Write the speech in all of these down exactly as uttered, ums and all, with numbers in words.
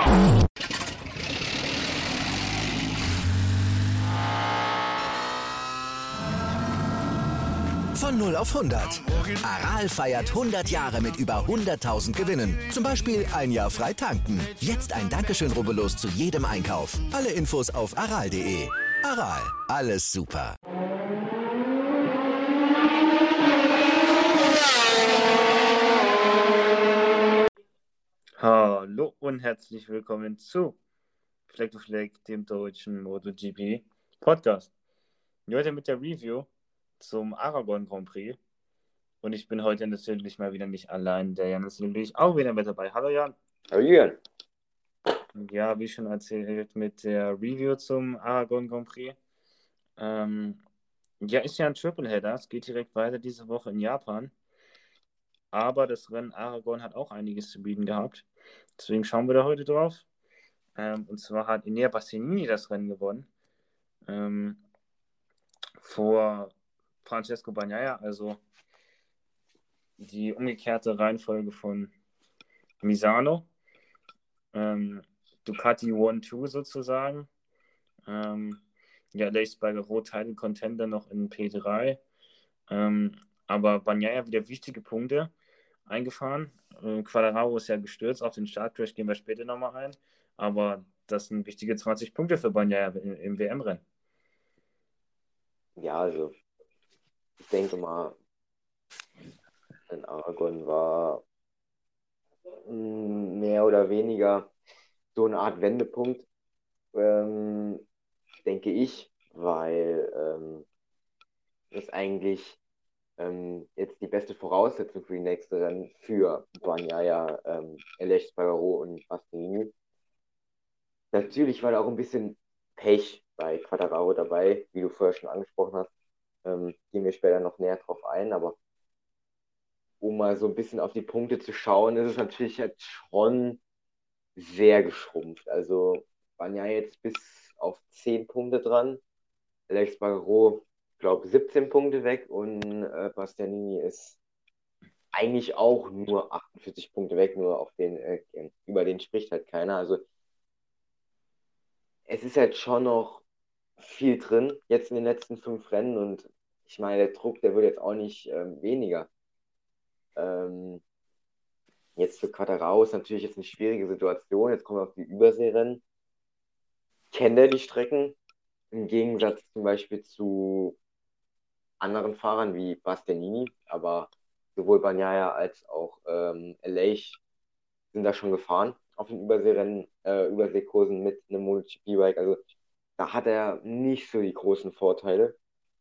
Von null auf hundert. Aral feiert hundert Jahre mit über hunderttausend Gewinnen. Zum Beispiel ein Jahr frei tanken. Jetzt ein Dankeschön, rubbellos zu jedem Einkauf. Alle Infos auf aral punkt de. Aral, alles super. Hallo und herzlich willkommen zu Fleck to Fleck, dem deutschen MotoGP Podcast. Heute mit der Review zum Aragon Grand Prix. Und ich bin heute natürlich mal wieder nicht allein. Der Jan ist natürlich auch wieder mit dabei. Hallo Jan. Hallo Jan. Ja, wie schon erzählt, mit der Review zum Aragon Grand Prix. Ähm, ja, ist ja ein Tripleheader. Es geht direkt weiter diese Woche in Japan. Aber das Rennen Aragon hat auch einiges zu bieten gehabt. Deswegen schauen wir da heute drauf. Ähm, und zwar hat Enea Bastianini das Rennen gewonnen. Ähm, vor Francesco Bagnaia, also die umgekehrte Reihenfolge von Misano. Ähm, Ducati eins zwei sozusagen. Ähm, ja, Aleix Espargaro Title Contender noch in P drei. Ähm, aber Bagnaia wieder wichtige Punkte eingefahren. Äh, Quartararo ist ja gestürzt. Auf den Startcrash gehen wir später nochmal ein. Aber das sind wichtige zwanzig Punkte für Bagnaia im, im W M-Rennen. Ja, also ich denke mal, in Aragon war mh, mehr oder weniger so eine Art Wendepunkt, ähm, denke ich, weil ähm, das eigentlich ähm, jetzt die beste Voraussetzung für die nächste Rennen für Bagnaia, ähm, Aleix Espargaro und Bastianini. Natürlich war da auch ein bisschen Pech bei Quartararo dabei, wie du vorher schon angesprochen hast. Ähm, gehen wir später noch näher drauf ein, aber um mal so ein bisschen auf die Punkte zu schauen, ist es natürlich jetzt schon sehr geschrumpft. Also waren ja jetzt bis auf zehn Punkte dran. Aleix Espargaro, glaube siebzehn Punkte weg und äh, Bastianini ist eigentlich auch nur achtundvierzig Punkte weg, nur auf den, äh, über den spricht halt keiner. Also es ist halt schon noch viel drin, jetzt in den letzten fünf Rennen und ich meine, der Druck, der wird jetzt auch nicht ähm, weniger. Ähm, jetzt für Quartararo ist natürlich jetzt eine schwierige Situation. Jetzt kommen wir auf die Überseerennen. Kennt er die Strecken? Im Gegensatz zum Beispiel zu anderen Fahrern wie Bastianini, aber sowohl Bagnaia als auch ähm, Aleix sind da schon gefahren auf den Überseerennen, äh, Überseekursen mit einem MotoGP-Bike. Also da hat er nicht so die großen Vorteile.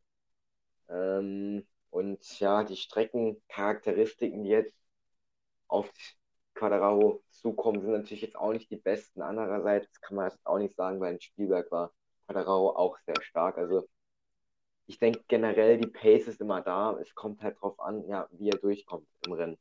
Ähm, und ja, die Streckencharakteristiken, die jetzt auf Quartararo zukommen, sind natürlich jetzt auch nicht die besten. Andererseits kann man das auch nicht sagen, weil in Spielberg war Quartararo auch sehr stark. Also ich denke generell, die Pace ist immer da. Es kommt halt drauf an, ja, wie er durchkommt im Rennen.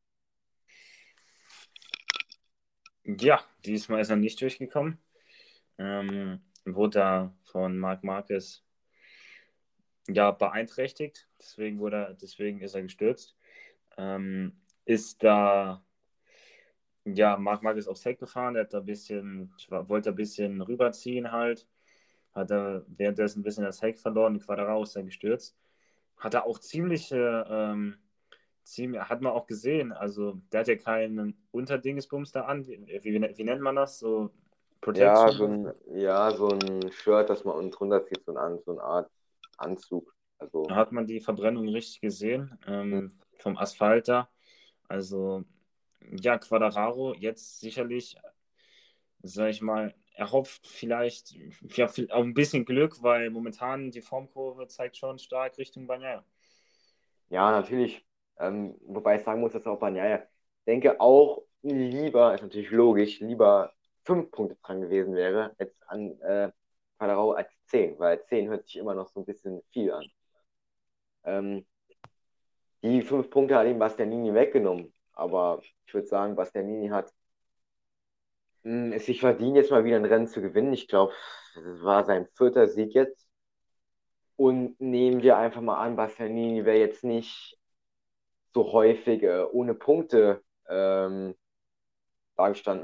Ja, diesmal ist er nicht durchgekommen. Ähm, wurde da von Marc Marquez ja, beeinträchtigt. Deswegen, wurde er, deswegen ist er gestürzt. Ähm, ist da ja, Marc Marquez aufs Heck gefahren. Er hat da ein bisschen, wollte ein bisschen rüberziehen halt. Hat er währenddessen ein bisschen das Heck verloren. Quartararo ist dann gestürzt. Hat er auch ziemliche, ähm, ziemlich, hat man auch gesehen. Also, der hat ja keinen Unterdingesbums da an. Wie, wie, wie nennt man das? So Ja, Protection? so ein, ja, so ein Shirt, das man unten drunter zieht, so, ein, so eine Art Anzug. Also, Da hat man die Verbrennung richtig gesehen. hm, Ähm, vom Asphalt da. Also, ja, Quartararo jetzt sicherlich, sag ich mal, erhofft vielleicht ja, auch ein bisschen Glück, weil momentan die Formkurve zeigt schon stark Richtung Bagnaia. ja, natürlich. Ähm, wobei ich sagen muss, dass auch Bagnaia, denke auch lieber, ist natürlich logisch, lieber fünf Punkte dran gewesen wäre, als an äh, Quartararo als zehn, weil zehn hört sich immer noch so ein bisschen viel an. Ähm, die fünf Punkte hat ihm Bastianini weggenommen, aber ich würde sagen, Bastianini hat mh, es sich verdient, jetzt mal wieder ein Rennen zu gewinnen. Ich glaube, das war sein vierter Sieg jetzt. Und nehmen wir einfach mal an, Bastianini wäre jetzt nicht so häufig äh, ohne Punkte ähm, dagestanden,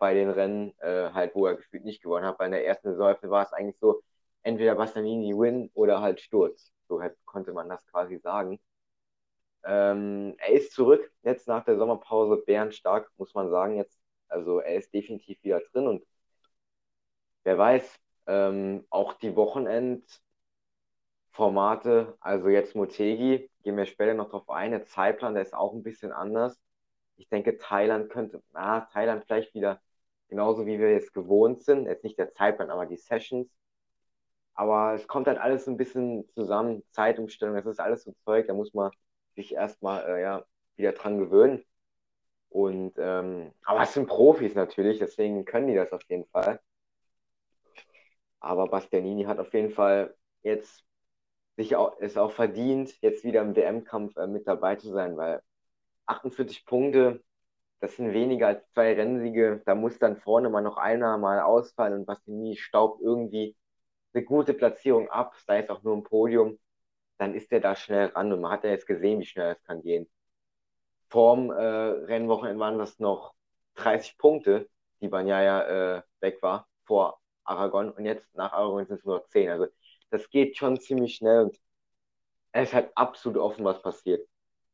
bei den Rennen, äh, halt, wo er gefühlt nicht gewonnen hat. Bei der ersten Saisonhälfte war es eigentlich so, entweder Bastianini win oder halt Sturz. So halt konnte man das quasi sagen. Ähm, er ist zurück, jetzt nach der Sommerpause, bärenstark, muss man sagen jetzt. Also er ist definitiv wieder drin und wer weiß, ähm, auch die Wochenendformate, also jetzt Motegi, gehen wir später noch drauf ein, der Zeitplan, der ist auch ein bisschen anders. Ich denke, Thailand könnte, na, Thailand vielleicht wieder genauso wie wir jetzt gewohnt sind, jetzt nicht der Zeitplan, aber die Sessions. Aber es kommt halt alles so ein bisschen zusammen, Zeitumstellung, das ist alles so Zeug, da muss man sich erstmal äh, ja, wieder dran gewöhnen. Und ähm, aber es sind Profis natürlich, deswegen können die das auf jeden Fall. Aber Bastianini hat auf jeden Fall jetzt sich auch, es auch verdient, jetzt wieder im W M-Kampf äh, mit dabei zu sein, weil achtundvierzig Punkte, das sind weniger als zwei Rennsiege. Da muss dann vorne mal noch einer mal ausfallen und Bastianini staubt irgendwie eine gute Platzierung ab, sei es auch nur im Podium, dann ist er da schnell ran und man hat ja jetzt gesehen, wie schnell es kann gehen. Vorm äh, Rennwochenende waren das noch dreißig Punkte, die Bagnaia äh, weg war vor Aragon und jetzt nach Aragon sind es nur noch zehn. Also das geht schon ziemlich schnell und es ist halt absolut offen, was passiert.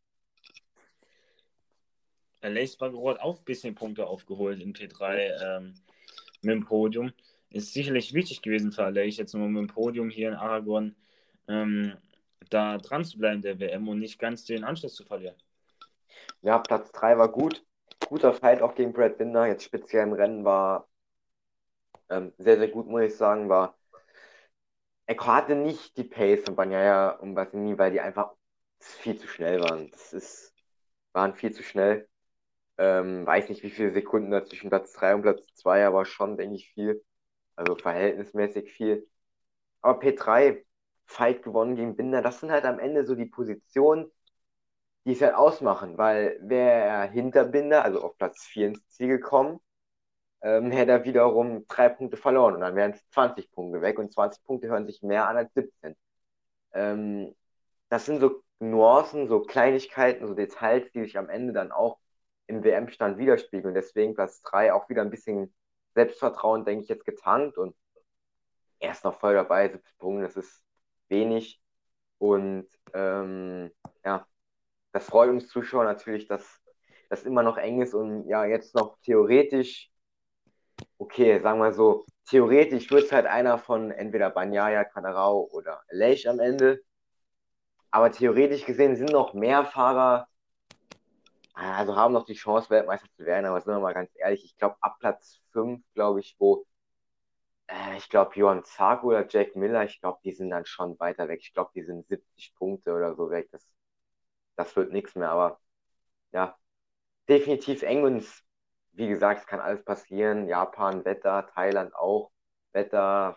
Aleix Spargaro hat auch ein bisschen Punkte aufgeholt in P drei ähm, mit dem Podium. Ist sicherlich wichtig gewesen für Aleix, jetzt nochmal mit dem Podium hier in Aragon ähm, da dran zu bleiben, der W M, und nicht ganz den Anschluss zu verlieren. Ja, Platz drei war gut. Guter Fight auch gegen Brad Binder. Jetzt speziell im Rennen war ähm, sehr, sehr gut, muss ich sagen. War, er hatte nicht die Pace von Bagnaia und Bastianini, weil die einfach viel zu schnell waren. Das ist, waren viel zu schnell. Ähm, weiß nicht, wie viele Sekunden da zwischen Platz drei und Platz zwei, aber schon, denke ich, viel. Also verhältnismäßig viel. Aber P drei, Fight gewonnen gegen Binder, das sind halt am Ende so die Positionen, die es halt ausmachen, weil wäre er hinter Binder, also auf Platz vier ins Ziel gekommen, ähm, hätte er wiederum drei Punkte verloren und dann wären es zwanzig Punkte weg und zwanzig Punkte hören sich mehr an als siebzehn. Ähm, das sind so Nuancen, so Kleinigkeiten, so Details, die sich am Ende dann auch im W M-Stand widerspiegeln. Deswegen Platz drei auch wieder ein bisschen Selbstvertrauen, denke ich, jetzt getankt und er ist noch voll dabei, siebzig Punkte, das ist wenig. Und ähm, ja, das freut uns Zuschauer natürlich, dass das immer noch eng ist und ja, jetzt noch theoretisch, okay, sagen wir so, theoretisch wird es halt einer von entweder Bagnaia, Canarao oder Aleix am Ende. Aber theoretisch gesehen sind noch mehr Fahrer, also haben noch die Chance, Weltmeister zu werden. Aber sind wir mal ganz ehrlich, ich glaube, ab Platz fünf, glaube ich, wo, äh, ich glaube, Johann Zarco oder Jack Miller, ich glaube, die sind dann schon weiter weg. Ich glaube, die sind siebzig Punkte oder so weg. Das, das wird nichts mehr. Aber ja, definitiv eng und wie gesagt, es kann alles passieren. Japan, Wetter, Thailand auch. Wetter,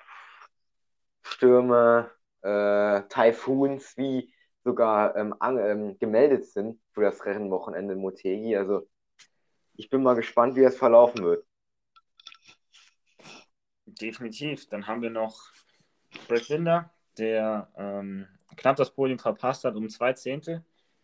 Stürme, äh, Taifuns, wie sogar ähm, an, ähm, gemeldet sind für das Rennwochenende in Motegi. Also ich bin mal gespannt, wie das verlaufen wird. Definitiv. Dann haben wir noch Brad Binder, der ähm, knapp das Podium verpasst hat um zwei Zehntel.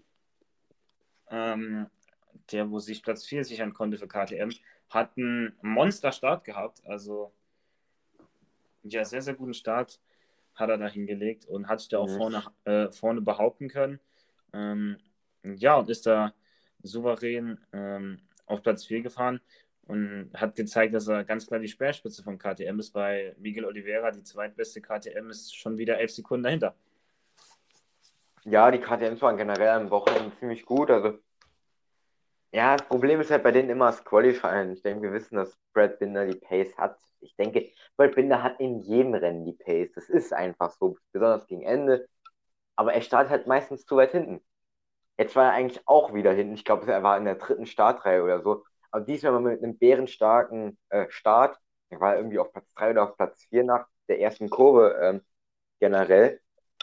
Ähm, der, wo sich Platz vier sichern konnte für K T M, hat einen Monster-Start gehabt. Also ja, sehr, sehr guten Start hat er da hingelegt und hat sich da auch Mhm. vorne, äh, vorne behaupten können. Ähm, ja, und ist da souverän ähm, auf Platz vier gefahren und hat gezeigt, dass er ganz klar die Speerspitze von K T M ist, weil Miguel Oliveira, die zweitbeste K T M, ist schon wieder elf Sekunden dahinter. Ja, die K T Ms waren generell am Wochenende ziemlich gut. Also ja, das Problem ist halt bei denen immer das Qualifying. Ich denke, wir wissen, dass Brad Binder die Pace hat. Ich denke, Brad Binder hat in jedem Rennen die Pace. Das ist einfach so, besonders gegen Ende. Aber er startet halt meistens zu weit hinten. Jetzt war er eigentlich auch wieder hinten. Ich glaube, er war in der dritten Startreihe oder so. Aber diesmal mal mit einem bärenstarken äh, Start. Er war irgendwie auf Platz drei oder auf Platz vier nach der ersten Kurve ähm, generell.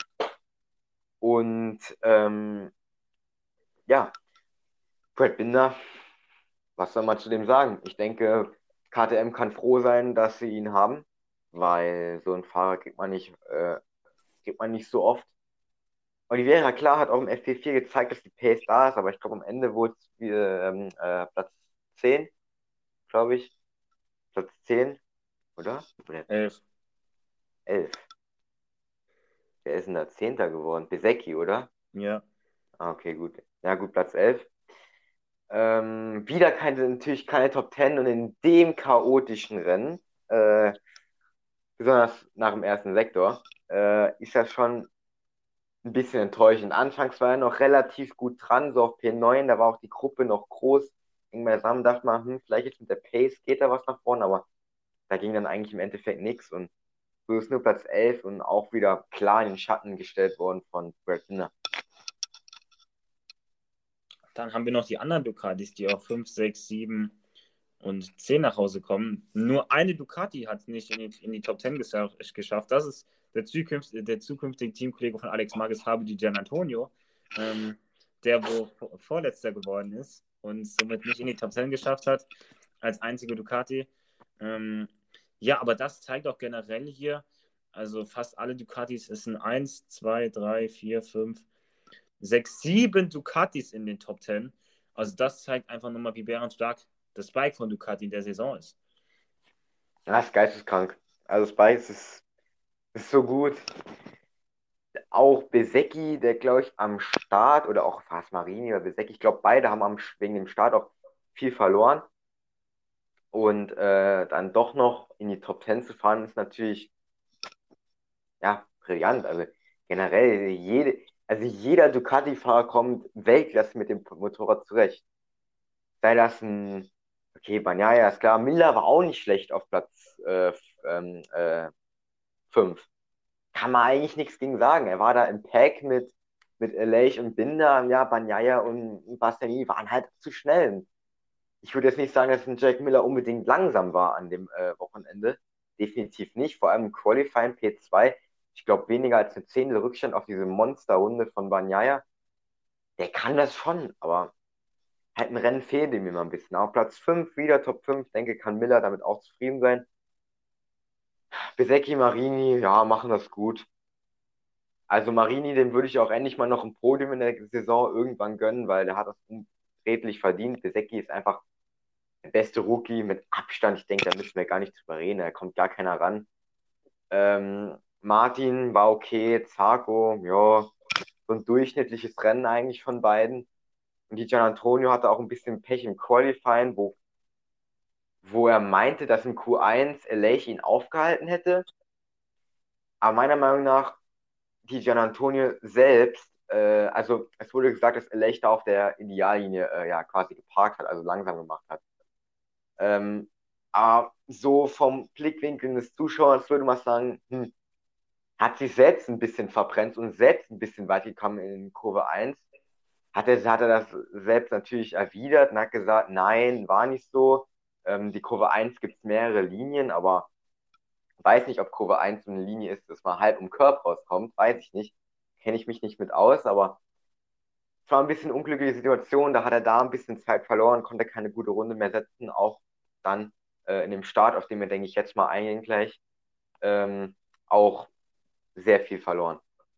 Und ähm, ja, Brad Binder, was soll man zu dem sagen? Ich denke, K T M kann froh sein, dass sie ihn haben, weil so einen Fahrer kriegt man nicht, äh, kriegt man nicht so oft. Oliveira, klar, hat auch im F P vier gezeigt, dass die Pace da ist, aber ich glaube, am Ende wurde es ähm, äh, Platz zehn, glaube ich. Platz zehn, oder? Oder elf. elf. Wer ist denn da Zehnter geworden? Bezzecchi, oder? Ja. Ah, okay, gut. Ja, gut, Platz elf. Ähm, wieder keine, natürlich keine Top zehn und in dem chaotischen Rennen, äh, besonders nach dem ersten Sektor, äh, ist das schon ein bisschen enttäuschend. Anfangs war er noch relativ gut dran, so auf P neun, da war auch die Gruppe noch groß. Eng beisammen dachte man, hm, vielleicht jetzt mit der Pace geht da was nach vorne, aber da ging dann eigentlich im Endeffekt nichts und so ist nur Platz elf und auch wieder klar in den Schatten gestellt worden von Brad Binder. Dann haben wir noch die anderen Ducatis, die auf fünf, sechs, sieben und zehn nach Hause kommen. Nur eine Ducati hat es nicht in die, in die Top zehn geschafft. Das ist der, zukünft, der zukünftige Teamkollege von Alex Marquez, Fabio Di Giannantonio, ähm, der wo Vorletzter geworden ist und somit nicht in die Top zehn geschafft hat, als einzige Ducati. Ähm, ja, aber das zeigt auch generell hier, also fast alle Ducatis, es sind eins, zwei, drei, vier, fünf, sechs, sieben Ducatis in den Top zehn. Also das zeigt einfach nochmal, wie bärenstark das Bike von Ducati in der Saison ist. Ja, das ist geisteskrank. Also das Bike ist, ist so gut. Auch Bezzecchi, der glaube ich am Start, oder auch Fas Marini oder Bezzecchi, ich glaube beide haben am, wegen dem Start auch viel verloren. Und äh, dann doch noch in die Top zehn zu fahren, ist natürlich ja brillant. Also generell jede, also jeder Ducati-Fahrer kommt Weltklasse mit dem Motorrad zurecht. Sei das ein, okay, Bagnaia ist klar, Miller war auch nicht schlecht auf Platz äh, ähm, äh, fünf. Kann man eigentlich nichts gegen sagen. Er war da im Pack mit, mit Aleix und Binder, ja, Bagnaia und Bastianini waren halt zu schnell. Ich würde jetzt nicht sagen, dass ein Jack Miller unbedingt langsam war an dem äh, Wochenende. Definitiv nicht. Vor allem im Qualifying P zwei. Ich glaube, weniger als eine Zehntel Rückstand auf diese Monsterrunde von Bagnaia. Der kann das schon, aber halt ein Rennen fehlt ihm immer ein bisschen. Auf Platz fünf, wieder Top fünf, denke, kann Miller damit auch zufrieden sein. Bezzecchi, Marini, ja, machen das gut. Also Marini, dem würde ich auch endlich mal noch ein Podium in der Saison irgendwann gönnen, weil der hat das redlich verdient. Bezzecchi ist einfach der beste Rookie mit Abstand. Ich denke, da müssen wir gar nicht drüber reden. Da kommt gar keiner ran. Ähm, Martin war okay. Zarco, ja, so ein durchschnittliches Rennen eigentlich von beiden. Und die Gian Antonio hatte auch ein bisschen Pech im Qualifying, wo, wo er meinte, dass im Q eins Aleix ihn aufgehalten hätte. Aber meiner Meinung nach, die Gian Antonio selbst, äh, also es wurde gesagt, dass Aleix da auf der Ideallinie äh, ja quasi geparkt hat, also langsam gemacht hat. Ähm, aber so vom Blickwinkel des Zuschauers würde man sagen, hm, hat sich selbst ein bisschen verbrennt und selbst ein bisschen weit gekommen in Kurve eins. Hat er, hat er das selbst natürlich erwidert und hat gesagt, nein, war nicht so. Ähm, die Kurve eins gibt es mehrere Linien, aber weiß nicht, ob Kurve eins so eine Linie ist, dass man halb um Curb rauskommt, weiß ich nicht. Kenne ich mich nicht mit aus, aber es war ein bisschen unglückliche Situation. Da hat er da ein bisschen Zeit verloren, konnte keine gute Runde mehr setzen, auch dann äh, in dem Start, auf den wir, denke ich, jetzt mal eingehen gleich, ähm, auch sehr viel verloren.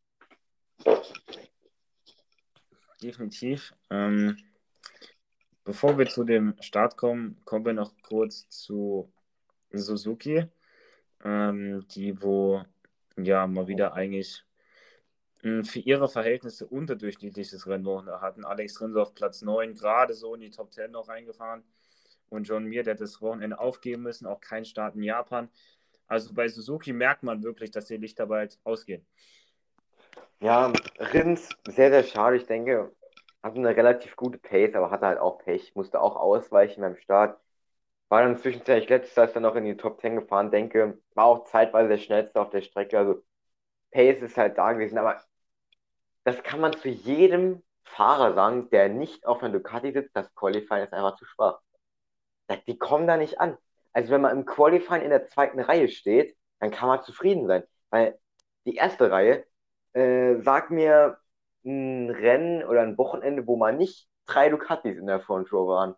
Definitiv. Ähm, bevor wir zu dem Start kommen, kommen wir noch kurz zu Suzuki, ähm, die wo ja mal wieder eigentlich ein für ihre Verhältnisse unterdurchschnittliches Rennwochenende hatten. Alex Rins auf Platz neun, gerade so in die Top zehn noch reingefahren. Und John Mir, der hat das Wochenende aufgeben müssen, auch kein Start in Japan. Also bei Suzuki merkt man wirklich, dass die Lichter bald ausgehen. Ja, Rins, sehr, sehr schade. Ich denke, hatte eine relativ gute Pace, aber hatte halt auch Pech. Musste auch ausweichen beim Start. War dann zwischenzeitlich letzter, ist dann noch in die Top zehn gefahren. Denke, war auch zeitweise der schnellste auf der Strecke. Also Pace ist halt da gewesen. Aber das kann man zu jedem Fahrer sagen, der nicht auf einer Ducati sitzt. Das Qualifying ist einfach zu schwach. Die kommen da nicht an. Also wenn man im Qualifying in der zweiten Reihe steht, dann kann man zufrieden sein. Weil die erste Reihe, äh, sagt mir ein Rennen oder ein Wochenende, wo man nicht drei Ducatis in der Front Row waren.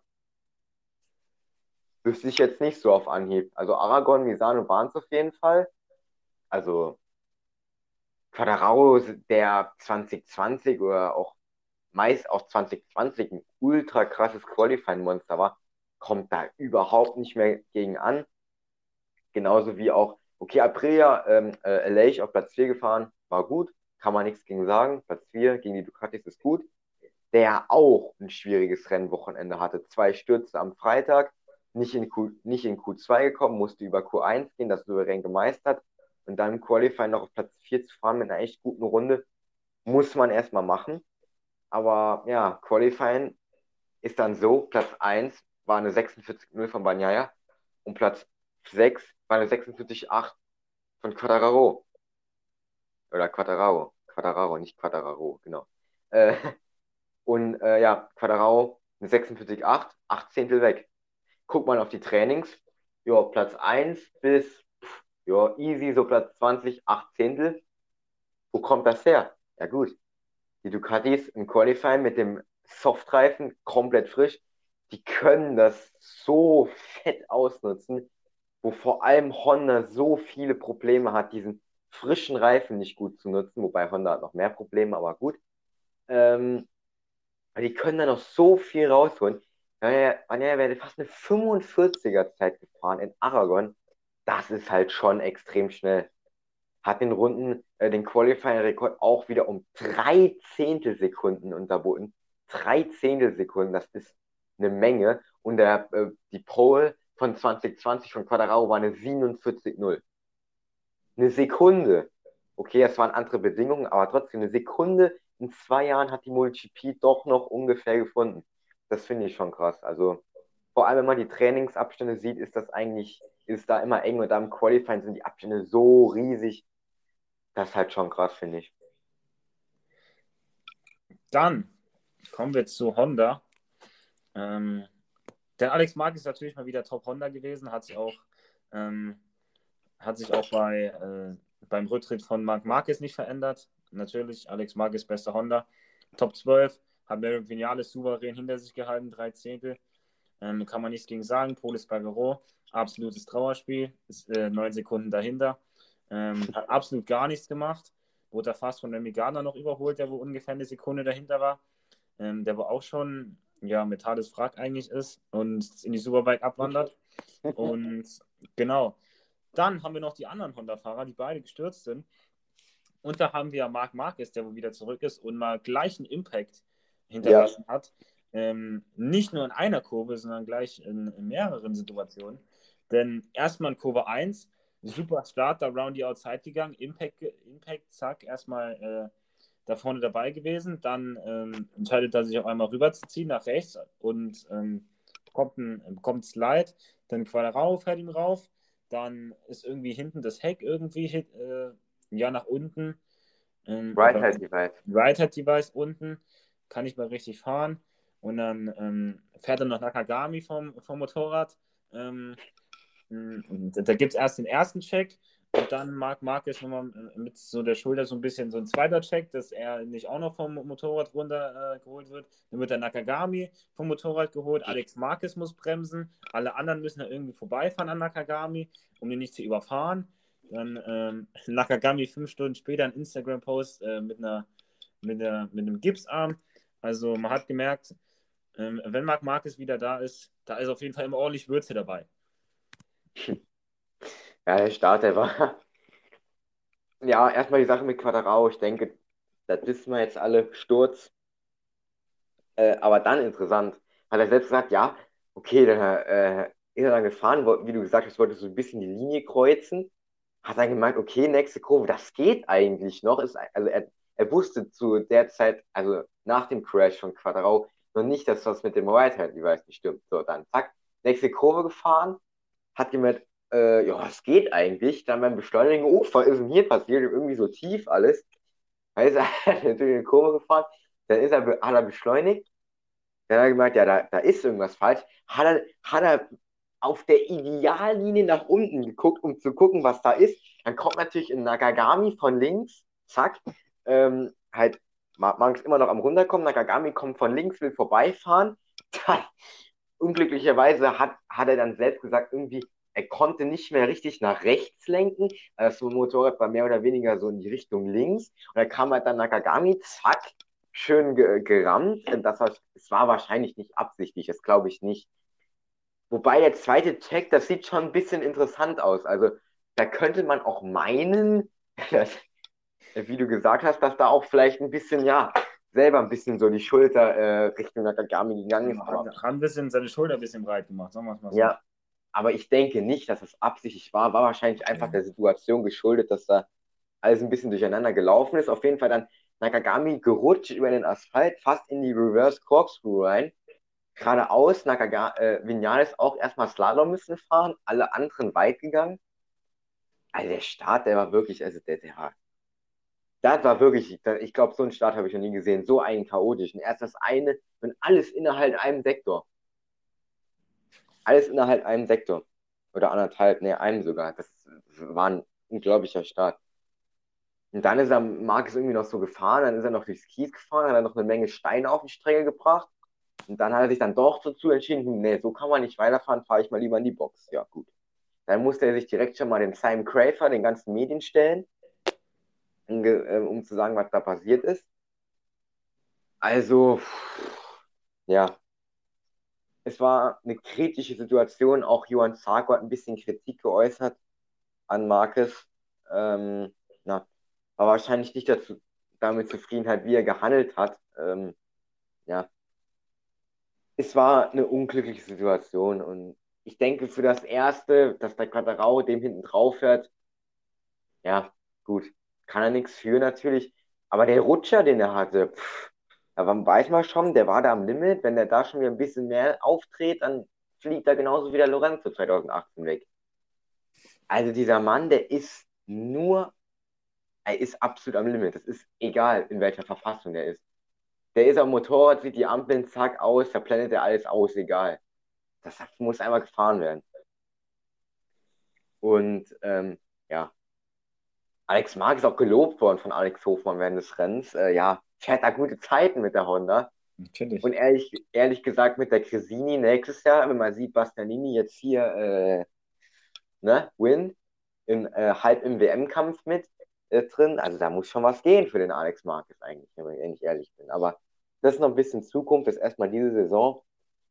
Wüsste ich jetzt nicht so auf Anhieb. Also Aragon, Misano waren es auf jeden Fall. Also Quadraro, der zwanzig zwanzig oder auch meist auch zwanzig zwanzig ein ultra krasses Qualifying-Monster war, kommt da überhaupt nicht mehr gegen an. genauso wie auch, okay, Aprilia, ähm, äh, L A auf Platz vier gefahren, war gut, kann man nichts gegen sagen. Platz vier gegen die Ducatis ist gut. Der auch ein schwieriges Rennwochenende hatte. Zwei Stürze am Freitag, nicht in, Q, nicht in Q zwei gekommen, musste über Q eins gehen, das souverän gemeistert. Und dann im Qualifying noch auf Platz vier zu fahren mit einer echt guten Runde, muss man erstmal machen. Aber ja, Qualifying ist dann so, Platz eins war eine sechsundvierzig null von Bagnaia und Platz sechs war eine sechsundvierzig acht von Quattararo. Oder Quattararo. Quattararo, nicht Quattararo, genau. Äh, und äh, ja, Quattararo eine sechsundvierzig acht, acht Zehntel weg. Guck mal auf die Trainings. Ja, Platz eins bis, pff, ja, easy, so Platz zwanzig, acht Zehntel. Wo kommt das her? Ja gut, die Ducatis im Qualifying mit dem Softreifen komplett frisch, die können das so fett ausnutzen, wo vor allem Honda so viele Probleme hat, diesen frischen Reifen nicht gut zu nutzen, wobei Honda hat noch mehr Probleme, aber gut. Ähm, die können da noch so viel rausholen. Ja, ja, ja, wäre fast eine fünfundvierziger Zeit gefahren in Aragon. Das ist halt schon extrem schnell. Hat den Runden, äh, den Qualifying-Rekord auch wieder um drei Zehntelsekunden unterboten. Drei Zehntelsekunden, das ist eine Menge. Und der, äh, die Pole von zwanzig zwanzig von Quattararo war eine siebenundvierzig null. Eine Sekunde. Okay, es waren andere Bedingungen, aber trotzdem eine Sekunde in zwei Jahren hat die MotoGP doch noch ungefähr gefunden. Das finde ich schon krass. Also vor allem, wenn man die Trainingsabstände sieht, ist das eigentlich, ist da immer eng und da im Qualifying sind die Abstände so riesig. Das ist halt schon krass, finde ich. Dann kommen wir zu Honda. Ähm, der Alex Marquez ist natürlich mal wieder Top Honda gewesen, hat sich auch, ähm, hat sich auch bei, äh, beim Rücktritt von Marc Marquez nicht verändert. Natürlich, Alex Marquez, bester Honda. Top zwölf, hat Maverick Vinales souverän hinter sich gehalten, drei Zehntel. Ähm, kann man nichts gegen sagen. Pole Espargaro, absolutes Trauerspiel, ist äh, neun Sekunden dahinter. Ähm, hat absolut gar nichts gemacht. Wurde da fast von Remy Gardner noch überholt, der wo ungefähr eine Sekunde dahinter war. Ähm, der wo auch schon ja, metales Wrack eigentlich ist und in die Superbike abwandert. Und genau. Dann haben wir noch die anderen Honda-Fahrer, die beide gestürzt sind. Und da haben wir Marc Marquez, der wo wieder zurück ist und mal gleichen Impact hinterlassen ja. hat. Ähm, nicht nur in einer Kurve, sondern gleich in, in mehreren Situationen. Denn erstmal in Kurve eins, super Start, da round die Outside gegangen, Impact, Impact zack, erstmal äh, da vorne dabei gewesen. Dann ähm, entscheidet er sich auf einmal rüberzuziehen nach rechts und ähm, bekommt ein, bekommt Slide. Dann Quadraro fährt ihm rauf. Dann ist irgendwie hinten das Heck irgendwie äh, ja nach unten. Ähm, Right-Hand-Device. Right-Hand-Device unten. Kann nicht mal richtig fahren. Und dann ähm, fährt er noch Nakagami vom, vom Motorrad. Ähm, und da gibt es erst den ersten Check und dann Marc Marquez nochmal mit so der Schulter so ein bisschen so ein zweiter Check, dass er nicht auch noch vom Motorrad runter äh, geholt wird. Dann wird der Nakagami vom Motorrad geholt. Alex Marquez muss bremsen. Alle anderen müssen da irgendwie vorbeifahren an Nakagami, um ihn nicht zu überfahren. Dann ähm, Nakagami fünf Stunden später ein Instagram-Post äh, mit, einer, mit, einer, mit einem Gipsarm. Also man hat gemerkt, ähm, wenn Marc Marquez wieder da ist, da ist auf jeden Fall immer ordentlich Würze dabei. Ja, der Start, der war. Ja, erstmal die Sache mit Quattararo. Ich denke, das wissen wir jetzt alle, Sturz. Äh, aber dann interessant, hat er selbst gesagt, ja, okay, dann äh, ist er dann gefahren, wie du gesagt hast, wollte so ein bisschen die Linie kreuzen. Hat dann gemeint, okay, nächste Kurve, das geht eigentlich noch. Ist, also er, er wusste zu der Zeit, also nach dem Crash von Quattararo, noch nicht, dass was mit dem Right-Hand-Device nicht stimmt. So, dann zack, nächste Kurve gefahren, hat gemerkt, äh, ja, es geht eigentlich. Dann beim Beschleunigen, oh, was ist denn hier passiert? Irgendwie so tief alles. Da ist er natürlich in die Kurve gefahren, dann ist er, hat er beschleunigt, dann hat er gemerkt, ja, da, da ist irgendwas falsch. Hat er, hat er auf der Ideallinie nach unten geguckt, um zu gucken, was da ist. Dann kommt natürlich ein Nakagami von links, zack, ähm, halt, man ist immer noch am runterkommen, Nakagami kommt von links, will vorbeifahren. Dann, unglücklicherweise hat, hat er dann selbst gesagt, irgendwie, er konnte nicht mehr richtig nach rechts lenken. Das Motorrad war mehr oder weniger so in die Richtung links. Und da kam halt dann Nakagami, zack, schön ge- gerammt. Das war, es war wahrscheinlich nicht absichtlich, das glaube ich nicht. Wobei der zweite Check, das sieht schon ein bisschen interessant aus. Also da könnte man auch meinen, dass, wie du gesagt hast, dass da auch vielleicht ein bisschen, ja, selber ein bisschen so die Schulter äh, Richtung Nakagami gegangen ist. Aber, Hat ein bisschen seine Schulter ein bisschen breit gemacht, sagen wir es mal so. ja, aber ich denke nicht, dass es absichtlich war. War wahrscheinlich einfach der Situation geschuldet, dass da alles ein bisschen durcheinander gelaufen ist. Auf jeden Fall dann Nakagami gerutscht über den Asphalt, fast in die Reverse Corkscrew rein. Geradeaus, Nakaga äh, Vinales auch erstmal Slalom müssen fahren, alle anderen weit gegangen. Also der Start, der war wirklich, also der, der war, das war wirklich, ich glaube, so einen Start habe ich noch nie gesehen, so einen chaotischen. Erst das eine und alles innerhalb einem Sektor. Alles innerhalb einem Sektor. Oder anderthalb, ne, einem sogar. Das war ein unglaublicher Start. Und dann ist er, Marc ist irgendwie noch so gefahren, dann ist er noch durchs Kies gefahren, hat er noch eine Menge Steine auf die Strecke gebracht. Und dann hat er sich dann doch dazu entschieden, nee, so kann man nicht weiterfahren, fahre ich mal lieber in die Box. Ja, gut. Dann musste er sich direkt schon mal dem Simon Crafer, den ganzen Medien stellen, um, äh, um zu sagen, was da passiert ist. Also, ja, es war eine kritische Situation. Auch Johann Zarco hat ein bisschen Kritik geäußert an Marquez. Ähm, na, war wahrscheinlich nicht dazu, damit zufrieden halt, wie er gehandelt hat. Ähm, ja, es war eine unglückliche Situation und ich denke für das Erste, dass der Quattarao dem hinten drauf fährt, ja, gut, kann er nichts für natürlich, aber der Rutscher, den er hatte, pff, da weiß man schon, der war da am Limit, wenn der da schon wieder ein bisschen mehr auftritt, dann fliegt er genauso wie der Lorenzo zwanzig achtzehn weg. Also dieser Mann, der ist nur, er ist absolut am Limit, das ist egal, in welcher Verfassung der ist. Der ist am Motorrad, sieht die Ampeln, zack, aus, da blendet er alles aus, egal. Das muss einmal gefahren werden. Und ähm, ja, Alex Mark ist auch gelobt worden von Alex Hofmann während des Rennens. Äh, ja, fährt da gute Zeiten mit der Honda. Natürlich. Und ehrlich, ehrlich gesagt, mit der Cresini nächstes Jahr, wenn man sieht, Bastianini jetzt hier, äh, ne, Win, in, äh, halb im W M-Kampf mit äh, drin, also da muss schon was gehen für den Alex Marquez eigentlich, wenn ich ehrlich bin. Aber das ist noch ein bisschen Zukunft, das ist erstmal diese Saison.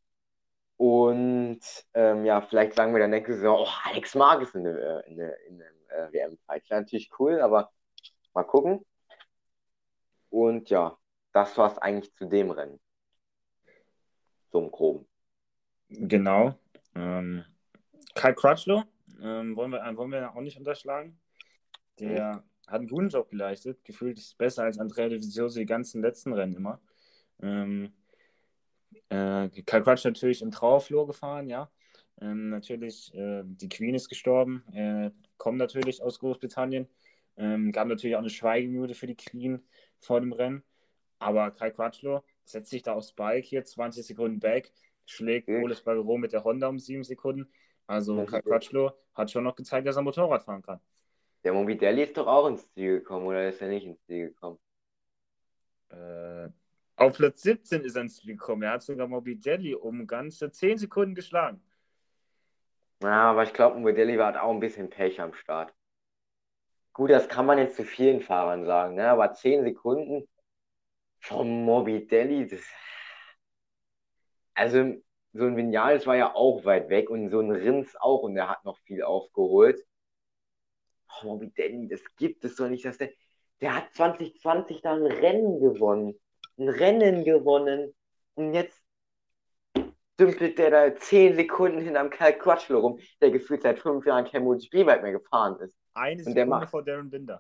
Und ähm, ja, vielleicht sagen wir dann nächste Saison, oh, Alex Marquez in, der, in, der, in dem äh, W M-Fight. Wäre natürlich cool, aber mal gucken. Und ja, das war es eigentlich zu dem Rennen. So im Groben. Genau. Ähm, Kyle Crutchlow ähm, wollen, wir, wollen wir auch nicht unterschlagen. Der mhm. hat einen guten Job geleistet. Gefühlt ist es besser als Andrea Dovizioso die ganzen letzten Rennen immer. Ähm, äh, Kyle Crutchlow natürlich im Trauerflor gefahren, ja. Ähm, natürlich, äh, die Queen ist gestorben. Äh, kommt natürlich aus Großbritannien. Ähm, gab natürlich auch eine Schweigeminute für die Queen vor dem Rennen. Aber Kyle Crutchlow setzt sich da aufs Bike hier, zwanzig Sekunden back, schlägt Mhm. Pol Espargaro mit der Honda um sieben Sekunden. Also Kyle Crutchlow hat schon noch gezeigt, dass er Motorrad fahren kann. Der Morbidelli ist doch auch ins Ziel gekommen, oder ist er nicht ins Ziel gekommen? Äh, auf Platz siebzehn ist er ins Ziel gekommen. Er hat sogar Morbidelli um ganze zehn Sekunden geschlagen. Ja, aber ich glaube, Morbidelli war auch ein bisschen Pech am Start. Gut, das kann man jetzt zu vielen Fahrern sagen, ne? Aber zehn Sekunden vom Morbidelli, das... Also, so ein Vinales war ja auch weit weg und so ein Rins auch und der hat noch viel aufgeholt. Oh, Morbidelli, das gibt es doch nicht, dass der... Der hat zwanzig zwanzig da ein Rennen gewonnen. Ein Rennen gewonnen. Und jetzt dümpelt der da zehn Sekunden hinterm Kyle Crutchlow rum, der gefühlt seit fünf Jahren kein MotoGP-Weit mehr gefahren ist. Eine Und Sekunde der macht vor Darren Binder.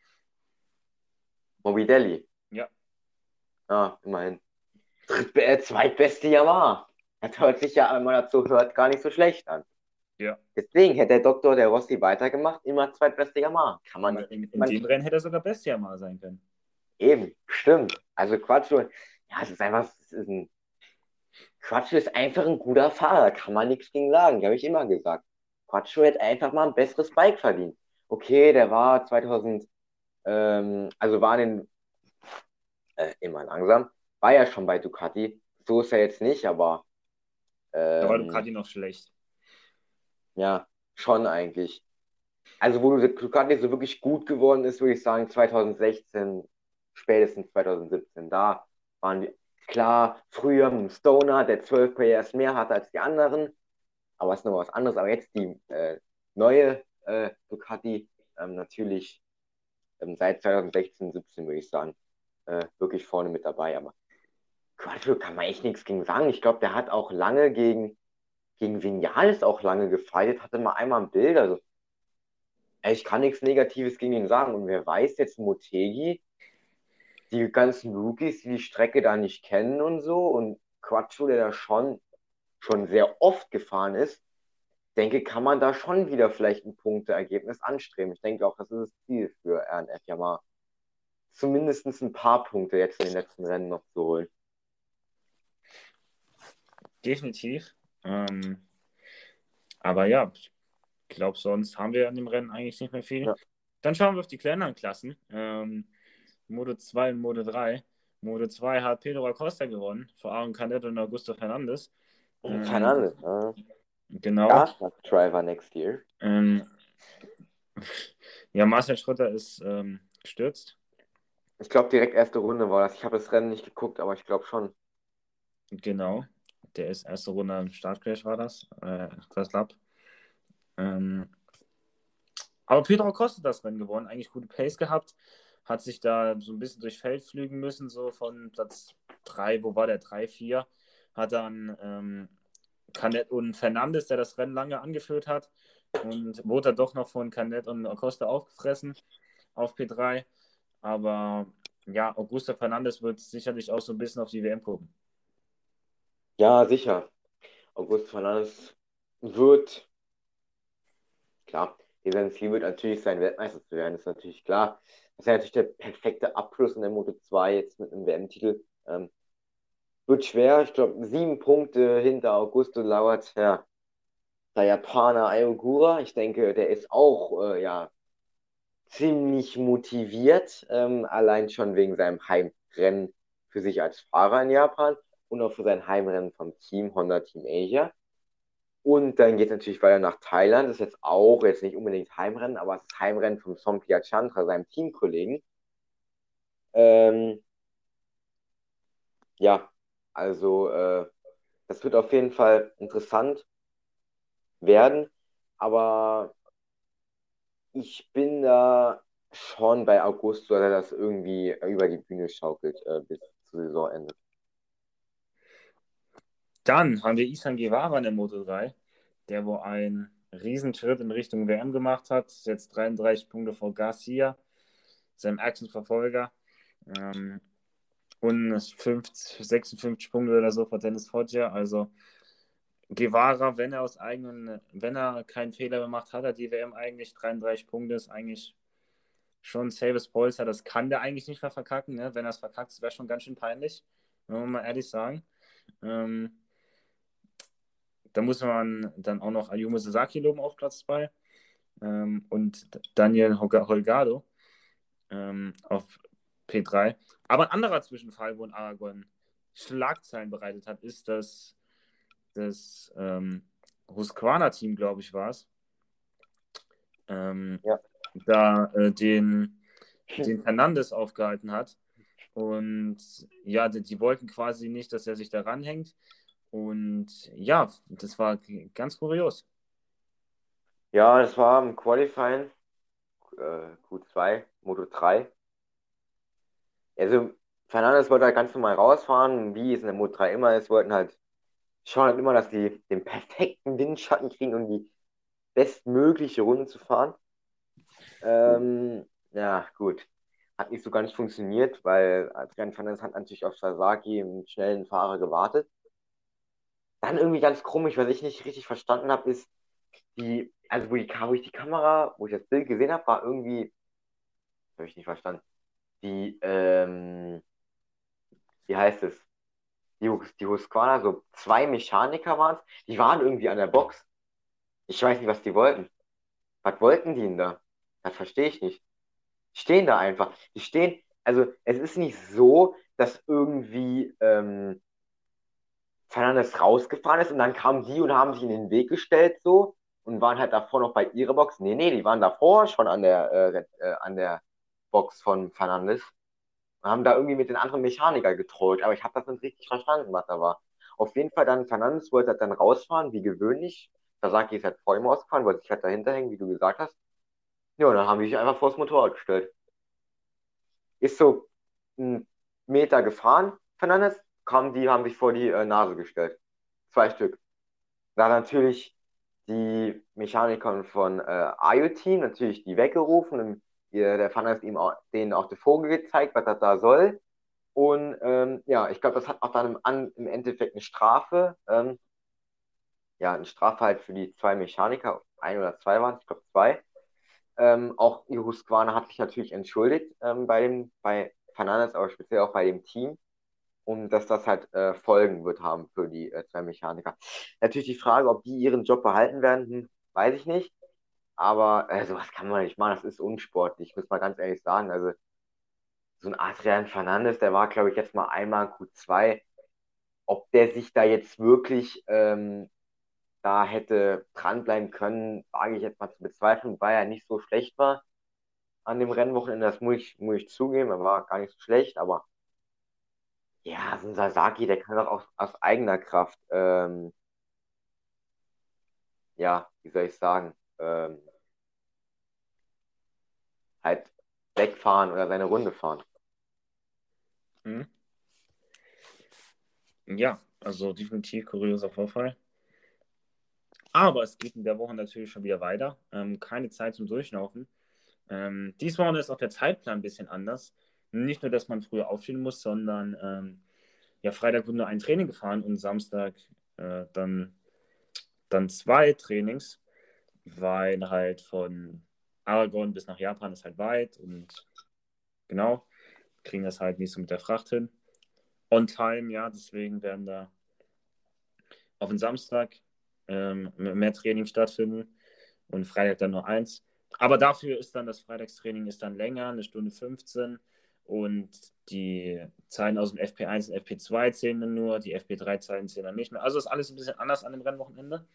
Morbidelli. Ja. Ja, immerhin. Dritt, äh, zweitbeste Yamaha. Das hört sich ja, wenn man dazu hört, gar nicht so schlecht an. Ja. Deswegen hätte der Doktor der Rossi weitergemacht, immer zweitbeste Yamaha. Kann man nicht. In, in man, dem Rennen hätte er sogar Bestia mal sein können. Eben, stimmt. Also Quatsch, ja, es ist einfach, es ist ein, Quatsch ist einfach ein guter Fahrer, kann man nichts gegen sagen, habe ich immer gesagt. Quattro hätte einfach mal ein besseres Bike verdient. Okay, der war zweitausend, ähm, also war in den, äh, immer langsam, war ja schon bei Ducati, so ist er jetzt nicht, aber ähm, da war Ducati noch schlecht. Ja, schon eigentlich. Also wo Ducati so wirklich gut geworden ist, würde ich sagen zweitausendsechzehn, spätestens zweitausendsiebzehn. Da waren wir klar früher mit dem Stoner, der zwölf P S mehr hatte als die anderen. aber es ist noch was anderes. Aber jetzt die äh, neue äh, Ducati, ähm, natürlich ähm, seit zwanzig sechzehn, siebzehn würde ich sagen, äh, wirklich vorne mit dabei. Aber Quattro kann man echt nichts gegen sagen. Ich glaube, der hat auch lange gegen, gegen Vinales auch lange gefeiert, hatte mal einmal ein Bild. Also ey, ich kann nichts Negatives gegen ihn sagen. Und wer weiß jetzt, Motegi, die ganzen Rookies, die die Strecke da nicht kennen und so. Und Quattro, der da schon, schon sehr oft gefahren ist, denke, kann man da schon wieder vielleicht ein Punkteergebnis anstreben. Ich denke auch, das ist das Ziel für R N F ja mal zumindest ein paar Punkte jetzt in den letzten Rennen noch zu holen. Definitiv. Ähm, aber ja, ich glaube, sonst haben wir an dem Rennen eigentlich nicht mehr viel. Ja. Dann schauen wir auf die kleineren Klassen. Ähm, Moto zwei und Moto drei. Moto zwei hat Pedro Acosta gewonnen, vor Aaron Canet und Augusto Fernandes. Ähm, Fernandes, äh, genau. Gas-Driver next year. Ähm, ja, Marcel Schröter ist ähm, gestürzt. Ich glaube, direkt erste Runde war das. Ich habe das Rennen nicht geguckt, aber ich glaube schon. Genau. Der ist erste Runde im Startcrash, war das. Äh, First Lap. Ähm, aber Pedro Acosta hat das Rennen gewonnen. Eigentlich gute Pace gehabt. Hat sich da so ein bisschen durchs Feld flügen müssen, so von Platz drei, wo war der? drei, vier. Hat dann ähm, Canet und Fernandes, der das Rennen lange angeführt hat. Und wurde dann doch noch von Canet und Acosta aufgefressen auf P drei. Aber ja, Augusto Fernandes wird sicherlich auch so ein bisschen auf die W M gucken. Ja, sicher. Augusto Fernandes wird, klar, sein Ziel wird natürlich sein, Weltmeister zu werden, ist natürlich klar. Das ist ja natürlich der perfekte Abschluss in der Moto zwei jetzt mit einem W M-Titel. Ähm, wird schwer, ich glaube, sieben Punkte hinter Augusto lauert ja, der Japaner Ayogura. Ich denke, der ist auch äh, ja, ziemlich motiviert, ähm, allein schon wegen seinem Heimrennen für sich als Fahrer in Japan und auch für sein Heimrennen vom Team Honda Team Asia. Und dann geht es natürlich weiter nach Thailand. Das ist jetzt auch jetzt nicht unbedingt Heimrennen, aber es ist Heimrennen von Sompia Chandra, seinem Teamkollegen. Ähm, ja, also äh, das wird auf jeden Fall interessant werden. Aber ich bin da schon bei Augusto, dass er das irgendwie über die Bühne schaukelt äh, bis zum Saisonende. Dann haben wir Isan Guevara in der Moto drei, der wo einen Riesenschritt in Richtung W M gemacht hat. Ist jetzt dreiunddreißig Punkte vor Garcia, seinem ärgsten Verfolger. Ähm, und fünfzig, sechsundfünfzig Punkte oder so vor Dennis Foggia. Also Guevara, wenn er aus eigenen, wenn er keinen Fehler gemacht hat, hat die W M eigentlich dreiunddreißig Punkte, ist eigentlich schon Saves Polster. Das kann der eigentlich nicht mehr verkacken. Ne? Wenn er es verkackt, wäre schon ganz schön peinlich, wenn wir mal ehrlich sagen. Ähm, Da muss man dann auch noch Ayumu Sasaki loben auf Platz zwei ähm, und Daniel Holgado ähm, auf P drei. Aber ein anderer Zwischenfall, wo ein Aragon Schlagzeilen bereitet hat, ist, dass das ähm, Husqvarna-Team, glaube ich, war es, ähm, Ja. da äh, den, den Fernandes aufgehalten hat. Und ja, die, die wollten quasi nicht, dass er sich da ranhängt. Und ja, das war ganz kurios. Ja, das war im Qualifying äh, Q zwei, Moto drei. Also Fernandes wollte halt ganz normal rausfahren, wie es in der Moto drei immer ist, wollten halt schauen halt immer, dass die den perfekten Windschatten kriegen, um die bestmögliche Runde zu fahren. Ähm, ja, gut. Hat nicht so ganz funktioniert, weil Adrian Fernandes hat natürlich auf Sasaki, einen schnellen Fahrer, gewartet. Dann irgendwie ganz komisch, was ich nicht richtig verstanden habe, ist die, also wo, die, wo ich die Kamera, wo ich das Bild gesehen habe, war irgendwie, habe ich nicht verstanden, die, ähm, wie heißt es? Die, die Husqvarna, so zwei Mechaniker waren es, die waren irgendwie an der Box. Ich weiß nicht, was die wollten. Was wollten die denn da? Das verstehe ich nicht. Die stehen da einfach. Die stehen, also es ist nicht so, dass irgendwie ähm, Fernandes rausgefahren ist und dann kamen die und haben sich in den Weg gestellt so und waren halt davor noch bei ihrer Box. Nee, nee, die waren davor schon an der, äh, äh, an der Box von Fernandes und haben da irgendwie mit den anderen Mechanikern getrollt. Aber ich habe das nicht richtig verstanden, was da war. Auf jeden Fall dann, Fernandes wollte halt dann rausfahren, wie gewöhnlich. Sasaki ist halt vor ihm ausgefahren, wollte sich halt dahinter hängen, wie du gesagt hast. Ja, und dann haben die sich einfach vors Motorrad gestellt. Ist so einen Meter gefahren, Fernandes, kamen die, haben sich vor die äh, Nase gestellt. Zwei Stück. Da natürlich die Mechaniker von äh, I O T natürlich die weggerufen und ihr, der Fernandes ihm auch, denen auch die Vogel gezeigt, was das da soll. Und ähm, ja, ich glaube, das hat auch dann im, an, im Endeffekt eine Strafe. Ähm, ja, eine Strafe halt für die zwei Mechaniker, ein oder zwei waren es, ich glaube zwei. Ähm, auch Husqvarna hat sich natürlich entschuldigt ähm, bei dem, bei Fernandes, aber speziell auch bei dem Team, und dass das halt äh, Folgen wird haben für die äh, zwei Mechaniker. Natürlich die Frage, ob die ihren Job behalten werden, hm, weiß ich nicht. Aber äh, sowas kann man nicht machen, das ist unsportlich, muss man ganz ehrlich sagen. Also so ein Adrian Fernandes, der war, glaube ich, jetzt mal einmal in Q zwei. Ob der sich da jetzt wirklich ähm, da hätte dranbleiben können, wage ich jetzt mal zu bezweifeln, weil er nicht so schlecht war an dem Rennwochenende. Das muss ich, muss ich zugeben, er war gar nicht so schlecht, aber ja, so ein Sasaki, der kann doch auch aus eigener Kraft, ähm, ja, wie soll ich sagen, ähm, halt wegfahren oder seine Runde fahren. Mhm. Ja, also definitiv kurioser Vorfall. Aber es geht in der Woche natürlich schon wieder weiter. Ähm, keine Zeit zum Durchlaufen. Ähm, diesmal ist auch der Zeitplan ein bisschen anders. Nicht nur, dass man früher aufstehen muss, sondern ähm, ja, Freitag wird nur ein Training gefahren und Samstag äh, dann, dann zwei Trainings, weil halt von Aragon bis nach Japan ist halt weit und genau, kriegen das halt nicht so mit der Fracht hin. On time, ja, deswegen werden da auf den Samstag ähm, mehr Training stattfinden und Freitag dann nur eins. Aber dafür ist dann das Freitagstraining ist dann länger, eine Stunde fünfzehn, und die Zeiten aus dem F P eins und F P zwei zählen dann nur, die F P drei Zeiten zählen dann nicht mehr. Also ist alles ein bisschen anders an dem Rennwochenende.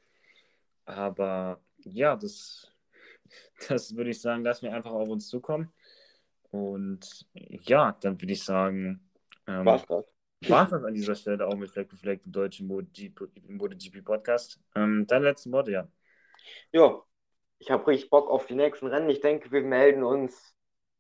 Aber ja, das, das würde ich sagen, lassen wir einfach auf uns zukommen. Und ja, dann würde ich sagen, ähm, War's das? war das an dieser Stelle auch mit Fleck Fleck, dem deutschen MotoGP Podcast. Ähm, deine letzten Worte, ja. Ja, ich habe richtig Bock auf die nächsten Rennen. Ich denke, wir melden uns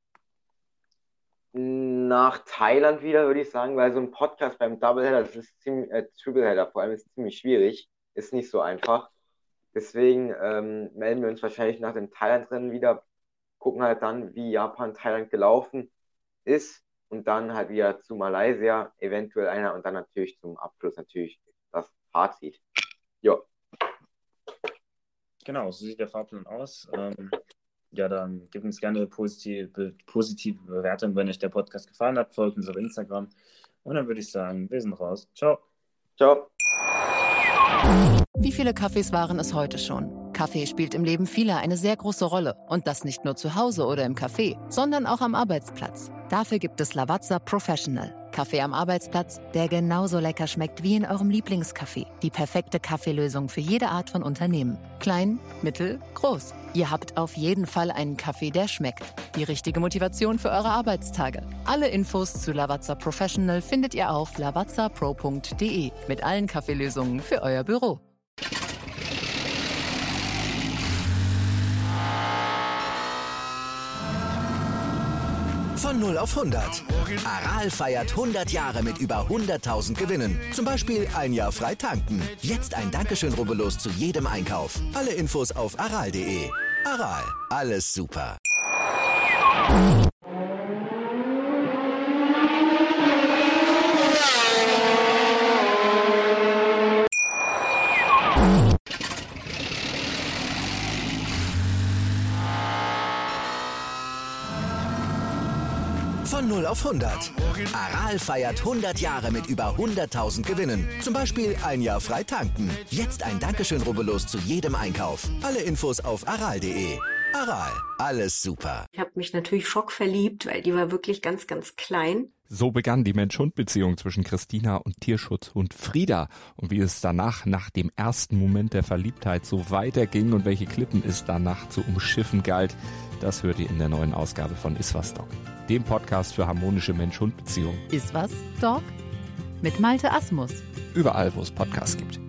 nach Thailand wieder, würde ich sagen, weil so ein Podcast beim Doubleheader, das ist ziemlich, äh, Tripleheader vor allem, ist ziemlich schwierig. Ist nicht so einfach. Deswegen ähm, melden wir uns wahrscheinlich nach dem Thailand-Rennen wieder, gucken halt dann, wie Japan, Thailand gelaufen ist, und dann halt wieder zu Malaysia, eventuell einer, und dann natürlich zum Abschluss natürlich das Fazit. Ja. Genau, so sieht der Fahrplan aus. Ähm, ja, dann gebt uns gerne positive, positive Bewertung, wenn euch der Podcast gefallen hat. Folgt uns auf Instagram. Und dann würde ich sagen, wir sind raus. Ciao. Ciao. Wie viele Kaffees waren es heute schon? Kaffee spielt im Leben vieler eine sehr große Rolle. Und das nicht nur zu Hause oder im Café, sondern auch am Arbeitsplatz. Dafür gibt es Lavazza Professional. Kaffee am Arbeitsplatz, der genauso lecker schmeckt wie in eurem Lieblingscafé. Die perfekte Kaffeelösung für jede Art von Unternehmen. Klein, mittel, groß. Ihr habt auf jeden Fall einen Kaffee, der schmeckt. Die richtige Motivation für eure Arbeitstage. Alle Infos zu Lavazza Professional findet ihr auf lavazza pro punkt de mit allen Kaffeelösungen für euer Büro. Von null auf hundert. Aral feiert hundert Jahre mit über hunderttausend Gewinnen. Zum Beispiel ein Jahr frei tanken. Jetzt ein Dankeschön, rubbellos zu jedem Einkauf. Alle Infos auf aral punkt de. Aral, alles super. Von null auf hundert. Aral feiert hundert Jahre mit über hunderttausend Gewinnen. Zum Beispiel ein Jahr frei tanken. Jetzt ein Dankeschön, rubbellos zu jedem Einkauf. Alle Infos auf aral punkt de. Aral, alles super. Ich habe mich natürlich schockverliebt, weil die war wirklich ganz, ganz klein. So begann die Mensch-Hund-Beziehung zwischen Christina und Tierschutzhund Frieda. Und wie es danach, nach dem ersten Moment der Verliebtheit, so weiterging und welche Klippen es danach zu umschiffen galt, das hört ihr in der neuen Ausgabe von Iswas Dog, dem Podcast für harmonische Mensch-Hund-Beziehungen. Iswas Dog? Mit Malte Asmus. Überall, wo es Podcasts gibt.